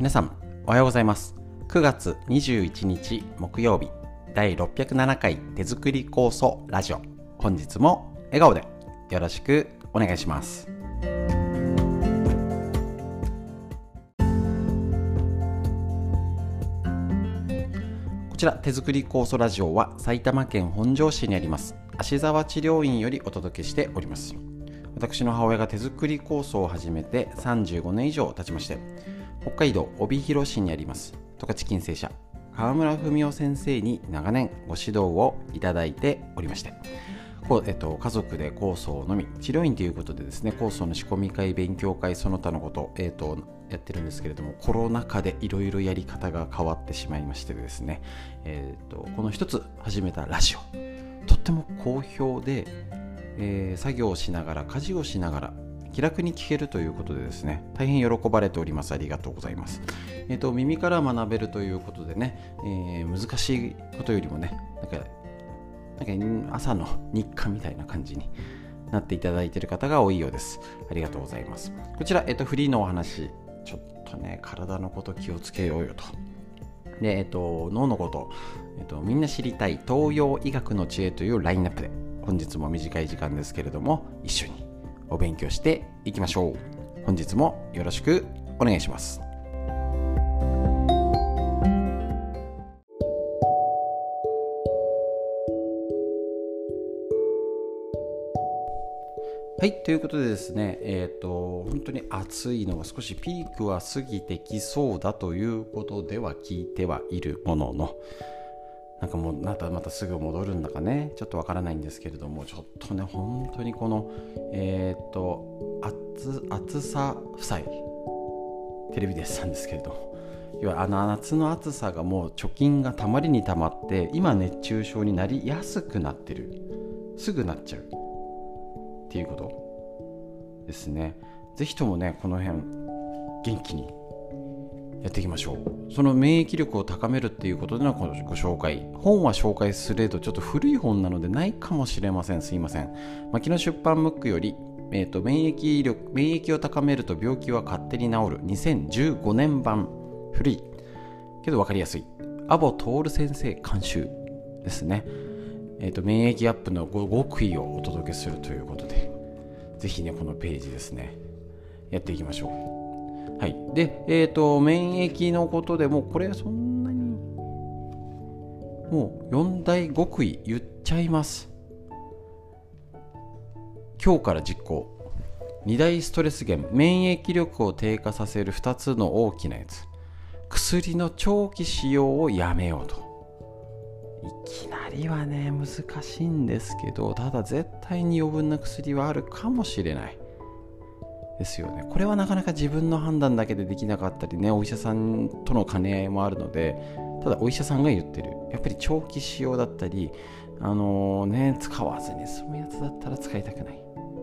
皆さんおはようございます。9月21日木曜日、第607回手作り酵素ラジオ。本日も笑顔でよろしくお願いします。こちら手作り酵素ラジオは埼玉県本庄市にあります芦沢治療院よりお届けしております。私の母親が手作り酵素を始めて35年以上経ちまして、北海道帯広市にあります十勝金星社川村文夫先生に長年ご指導をいただいておりまして、家族で酵素を飲み、治療院ということでですね、酵素の仕込み会、勉強会、その他のことを、やってるんですけれども、コロナ禍でいろいろやり方が変わってしまいましてですね、この一つ始めたラジオ、とっても好評で、作業をしながら、家事をしながら気楽に聞けるということでですね、大変喜ばれております。ありがとうございます。耳から学べるということでね、難しいことよりもね、なんか朝の日課みたいな感じになっていただいている方が多いようです。ありがとうございます。こちら、フリーのお話、ちょっとね、体のこと気をつけようよと。で、脳のこと、みんな知りたい東洋医学の知恵というラインナップで、本日も短い時間ですけれども、一緒にお勉強していきましょう。本日もよろしくお願いします。はい、ということでですね、本当に暑いのが少しピークは過ぎてきそうだということでは聞いてはいるものの、なんかもうまたすぐ戻るんだかね、ちょっとわからないんですけれども、ちょっとね、本当にこの暑さ負債テレビでやってたんですけれど、要は夏の暑さがもう貯金がたまりにたまって、今熱中症になりやすくなってる、すぐなっちゃうっていうことですね。ぜひともね、この辺元気にやっていきましょう。その免疫力を高めるっていうことでのご紹介、本は紹介するとちょっと古い本なのでないかもしれません。すいません。牧野出版ムックより、免疫を高めると病気は勝手に治る2015年版、古いけど分かりやすい阿保徹先生監修ですね。免疫アップの極意をお届けするということで、ぜひね、このページですね、やっていきましょう。はい。で、免疫のことでも、これはそんなにもう4大極意言っちゃいます。今日から実行。2大ストレス源、免疫力を低下させる2つの大きなやつ。薬の長期使用をやめようと。いきなりはね、難しいんですけど、ただ絶対に余分な薬はあるかもしれないですよね。これはなかなか自分の判断だけでできなかったりね、お医者さんとの兼ね合いもあるので、ただお医者さんが言ってる、やっぱり長期使用だったり、使わずに済むやつだったら使いたくない。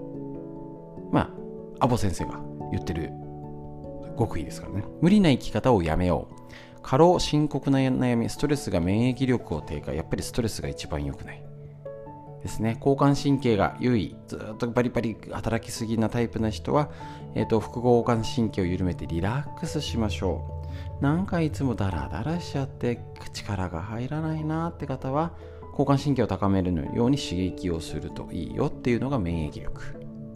阿保先生が言ってる極意ですからね。無理な生き方をやめよう。過労、深刻な悩み、ストレスが免疫力を低下。やっぱりストレスが一番良くないですね。交感神経が優位、ずっとバリバリ働きすぎなタイプな人は、副交感神経を緩めてリラックスしましょう。なんかいつもダラダラしちゃって力が入らないなって方は、交感神経を高めるように刺激をするといいよっていうのが免疫力。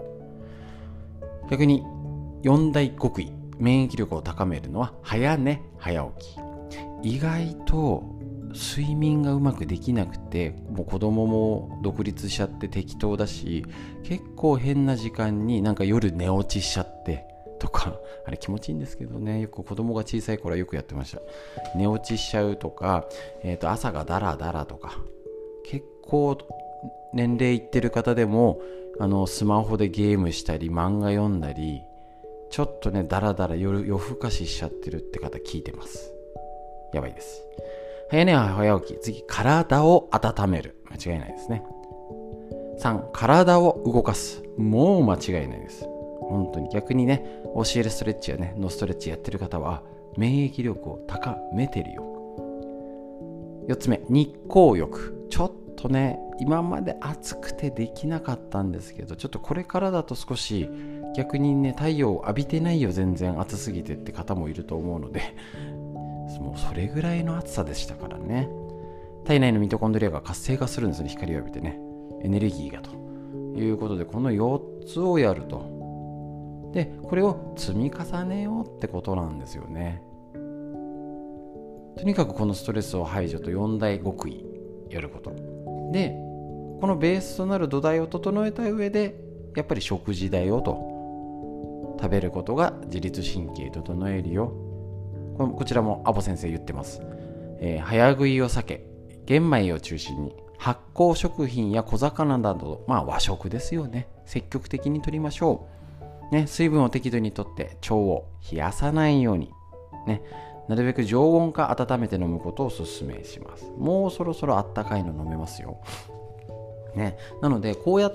逆に4大極意、免疫力を高めるのは早寝早起き。意外と睡眠がうまくできなくて、もう子供も独立しちゃって適当だし、結構変な時間になんか夜寝落ちしちゃってとか、あれ気持ちいいんですけどね、よく子供が小さい頃はよくやってました。寝落ちしちゃうとか、朝がダラダラとか、結構年齢いってる方でもスマホでゲームしたり漫画読んだり、ちょっとねダラダラ夜更かししちゃってるって方聞いてます。やばいです。早寝早起き。次、体を温める。間違いないですね。3、体を動かす。もう間違いないです。本当に逆にね、教えるストレッチやね、ノーストレッチやってる方は免疫力を高めてるよ。4つ目、日光浴。ちょっとね、今まで暑くてできなかったんですけど、ちょっとこれからだと少し逆にね、太陽を浴びてないよ全然暑すぎてって方もいると思うので、もうそれぐらいの暑さでしたからね。体内のミトコンドリアが活性化するんですね、光を浴びてね、エネルギーがということで、この4つをやると。でこれを積み重ねようってことなんですよね。とにかくこのストレスを排除と4大極意やることで、このベースとなる土台を整えた上で、やっぱり食事だよと。食べることが自律神経整えるよ。こちらもアボ先生言ってます。早食いを避け、玄米を中心に発酵食品や小魚など、和食ですよね、積極的に摂りましょう、ね、水分を適度にとって腸を冷やさないように、ね、なるべく常温か温めて飲むことをお勧めします。もうそろそろあったかいの飲めますよ、ね、なのでこうやって、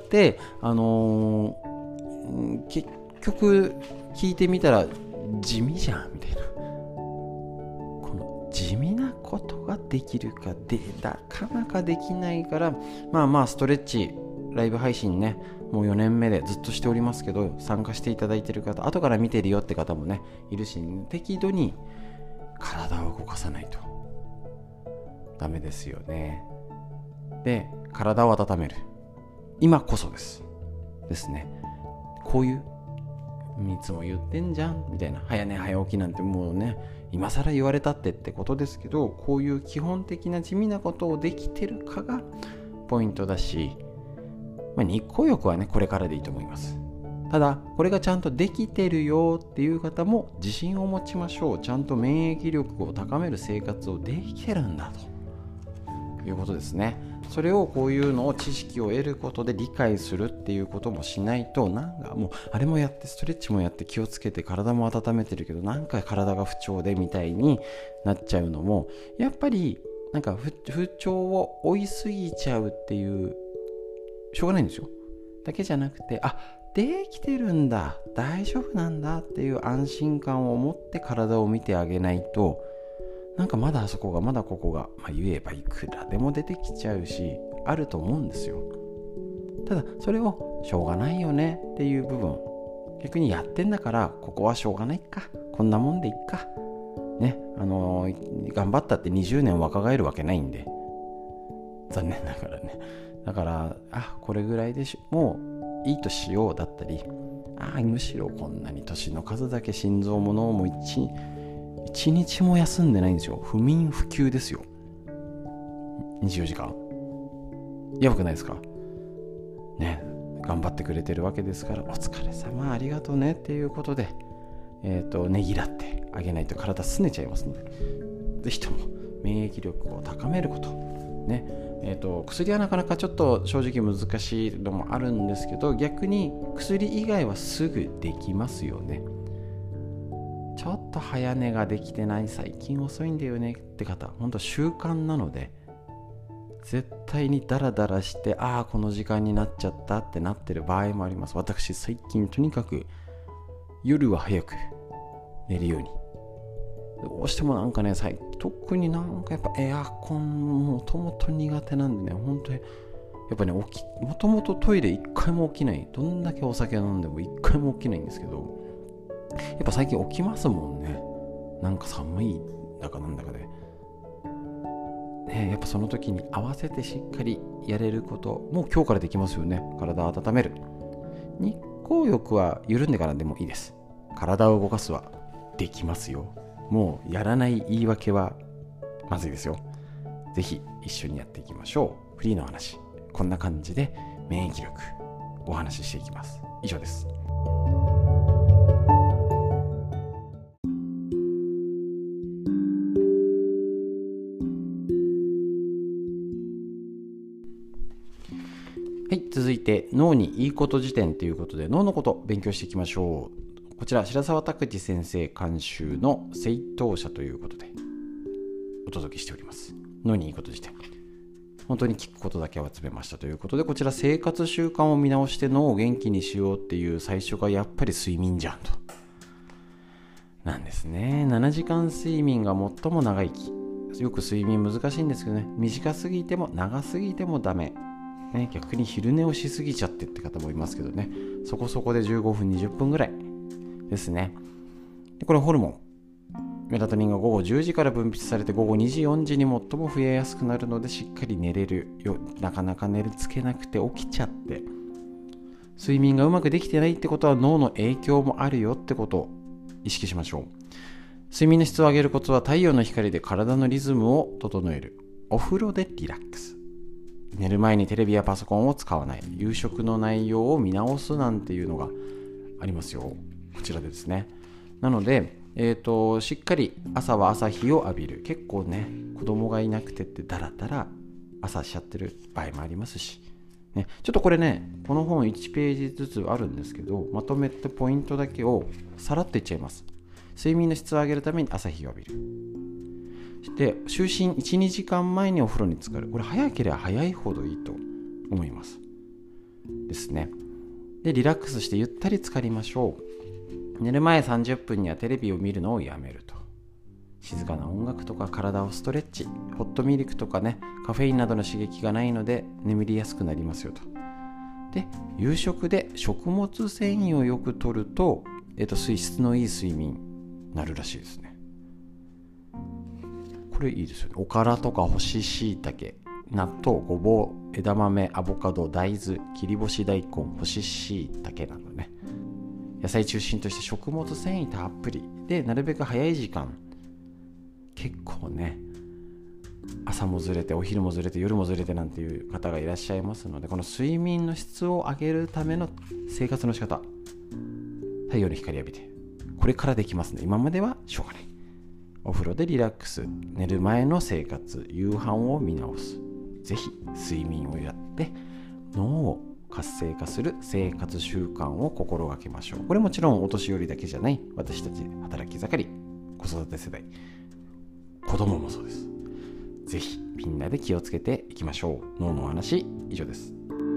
結局聞いてみたら地味じゃんみたいな、この地味なことができるかでなかなかできないから、ストレッチライブ配信ね、もう4年目でずっとしておりますけど、参加していただいている方、後から見てるよって方もねいるし、適度に体を動かさないとダメですよね。で、体を温める、今こそですね。こういういつも言ってんじゃんみたいな、早寝早起きなんてもうね今更言われたってことですけど、こういう基本的な地味なことをできてるかがポイントだし、日光浴はねこれからでいいと思います。ただこれがちゃんとできてるよっていう方も自信を持ちましょう。ちゃんと免疫力を高める生活をできてるんだということですね。それをこういうのを知識を得ることで理解するっていうこともしないと、なんかもうあれもやってストレッチもやって気をつけて体も温めてるけど、なんか体が不調でみたいになっちゃうのも、やっぱりなんか不調を追いすぎちゃうっていうしょうがないんですよ。だけじゃなくて、できてるんだ、大丈夫なんだっていう安心感を持って体を見てあげないと、なんかまだあそこがまだここが、言えばいくらでも出てきちゃうし、あると思うんですよ。ただそれをしょうがないよねっていう部分、逆にやってんだからここはしょうがないか、こんなもんでいっかね、頑張ったって20年若返るわけないんで、残念ながらね。だからこれぐらいでもういいとしようだったり、むしろこんなに年の数だけ心臓も脳も一日も休んでないんですよ。不眠不休ですよ。24時間やばくないですかね。頑張ってくれてるわけですから、お疲れ様ありがとうねっていうことで、ねぎらってあげないと体すねちゃいますので、ぜひとも免疫力を高めることね。薬はなかなかちょっと正直難しいのもあるんですけど、逆に薬以外はすぐできますよね。ちょっと早寝ができてない、最近遅いんだよねって方、本当習慣なので、絶対にダラダラしてこの時間になっちゃったってなってる場合もあります。私最近とにかく夜は早く寝るように、どうしてもなんかね、特になんかやっぱエアコンもともと苦手なんでね、本当にやっぱね、もともとトイレ一回も起きない、どんだけお酒飲んでも一回も起きないんですけど、やっぱ最近起きますもんね。なんか寒いだかなんだかで、やっぱその時に合わせてしっかりやれることもう今日からできますよね。体を温める、日光浴は緩んでからでもいいです。体を動かすはできますよ。もうやらない言い訳はまずいですよ。ぜひ一緒にやっていきましょう。フリーの話、こんな感じで免疫力お話ししていきます。以上です。はい、続いて脳にいいこと辞典ということで、脳のこと勉強していきましょう。こちら白澤拓司先生監修の正当者ということでお届けしております。脳にいいこと辞典、本当に聞くことだけを集めましたということで、こちら生活習慣を見直して脳を元気にしようっていう最初がやっぱり睡眠じゃんとなんですね。7時間睡眠が最も長生き。よく睡眠難しいんですけどね、短すぎても長すぎてもダメ。 ね、逆に昼寝をしすぎちゃってって方もいますけどね、そこそこで15分20分ぐらいですね。でこれホルモンメラトニンが午後10時から分泌されて午後2時4時に最も増えやすくなるので、しっかり寝れるよ。なかなか寝つけなくて起きちゃって睡眠がうまくできてないってことは脳の影響もあるよってことを意識しましょう。睡眠の質を上げるコツは太陽の光で体のリズムを整える、お風呂でリラックス、寝る前にテレビやパソコンを使わない、夕食の内容を見直すなんていうのがありますよ。こちらでですね。なので、しっかり朝は朝日を浴びる。結構ね、子供がいなくてってだらだら朝しちゃってる場合もありますし、ね、ちょっとこれね、この本1ページずつあるんですけど、まとめてポイントだけをさらっと言っちゃいます。睡眠の質を上げるために朝日を浴びる。で、就寝 1,2 時間前にお風呂に浸かる。これ早ければ早いほどいいと思いますですね。で、リラックスしてゆったり浸かりましょう。寝る前30分にはテレビを見るのをやめると。静かな音楽とか体をストレッチ、ホットミルクとかね、カフェインなどの刺激がないので眠りやすくなりますよと。で、夕食で食物繊維をよく摂ると、質のいい睡眠になるらしいですね。これいいですよね。おからとか干し椎茸、納豆、ごぼう、枝豆、アボカド、大豆、切り干し大根、干し椎茸などね、野菜中心として食物繊維たっぷりで、なるべく早い時間、結構ね、朝もずれてお昼もずれて夜もずれてなんていう方がいらっしゃいますので、この睡眠の質を上げるための生活の仕方、太陽の光浴びて、これからできますね。今まではしょうがない。お風呂でリラックス、寝る前の生活、夕飯を見直す。ぜひ睡眠をやって脳を活性化する生活習慣を心がけましょう。これもちろんお年寄りだけじゃない、私たち働き盛り、子育て世代、子供もそうです。ぜひみんなで気をつけていきましょう。脳のお話、以上です。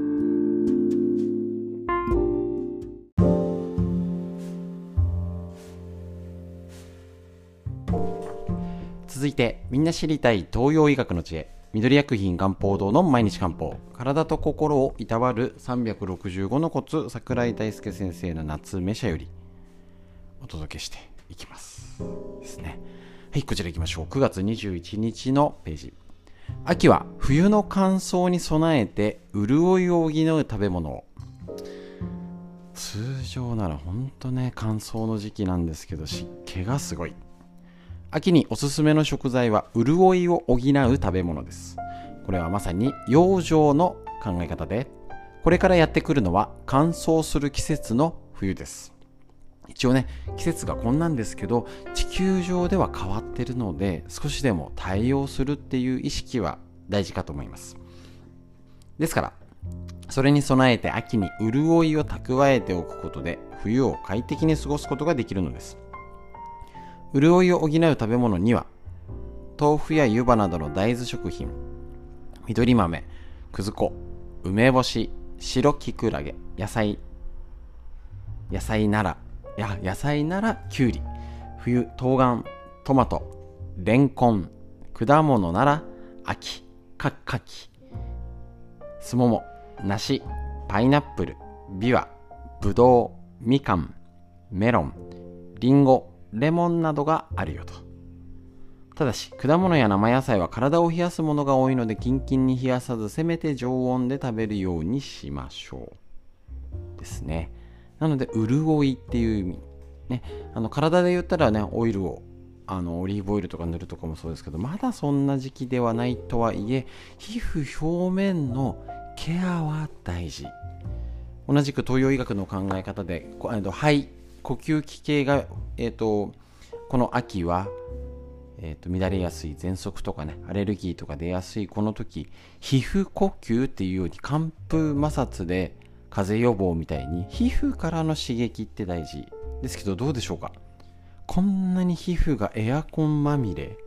続いて、みんな知りたい東洋医学の知恵、緑薬品漢方堂の毎日漢方、体と心をいたわる365のコツ、櫻井大輔先生の夏目社よりお届けしていきますですね。はい、こちら行きましょう。9月21日のページ。秋は冬の乾燥に備えて潤いを補う食べ物を。通常なら本当ね、乾燥の時期なんですけど、湿気がすごい。秋におすすめの食材は潤いを補う食べ物です。これはまさに養生の考え方で、これからやってくるのは乾燥する季節の冬です。一応ね、季節がこんなんですけど、地球上では変わってるので、少しでも対応するっていう意識は大事かと思います。ですから、それに備えて秋に潤いを蓄えておくことで、冬を快適に過ごすことができるのです。潤いを補う食べ物には、豆腐や湯葉などの大豆食品、緑豆、くず粉、梅干し、白きくらげ、野菜ならきゅうり、冬、冬瓜、トマト、レンコン、果物なら秋、柿、すもも、梨、パイナップル、ビワ、ぶどう、みかん、メロン、リンゴ、レモンなどがあるよと。ただし、果物や生野菜は体を冷やすものが多いので、キンキンに冷やさず、せめて常温で食べるようにしましょうですね。なので、潤いっていう意味、ね、体で言ったらね、オイルをオリーブオイルとか塗るとかもそうですけど、まだそんな時期ではないとはいえ、皮膚表面のケアは大事。同じく東洋医学の考え方で、肺、呼吸器系が、この秋は、乱れやすい喘息とかね、アレルギーとか出やすいこの時、皮膚呼吸っていうように寒風摩擦で風邪予防みたいに皮膚からの刺激って大事ですけど、どうでしょうか。こんなに皮膚がエアコンまみれ、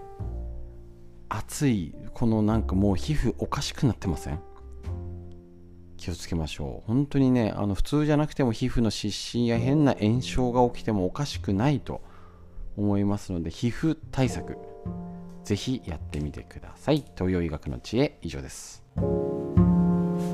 暑い、このなんかもう皮膚おかしくなってません？気をつけましょう。本当にね、普通じゃなくても皮膚の湿疹や変な炎症が起きてもおかしくないと思いますので、皮膚対策ぜひやってみてください。東洋医学の知恵、以上です。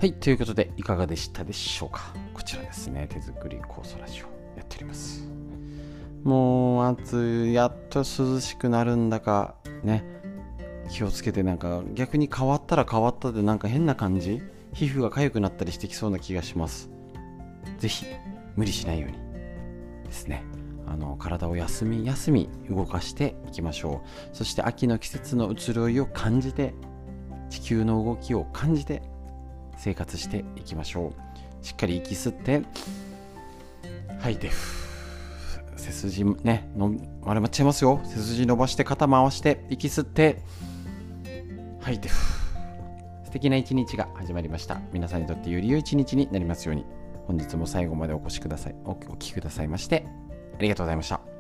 はい、ということでいかがでしたでしょうか。こちらですね、手作り酵素ラジオやっております。もうやっと涼しくなるんだかね、気をつけて、なんか逆に変わったら変わったでなんか変な感じ、皮膚が痒くなったりしてきそうな気がします。ぜひ無理しないようにですね、体を休み動かしていきましょう。そして秋の季節の移ろいを感じて、地球の動きを感じて生活していきましょう。しっかり息吸って吐いて、背筋ね丸まっちゃいますよ。背筋伸ばして肩回して息吸って吐いて、素敵な一日が始まりました。皆さんにとってより良い一日になりますように。本日も最後までお聞きくださいましてありがとうございました。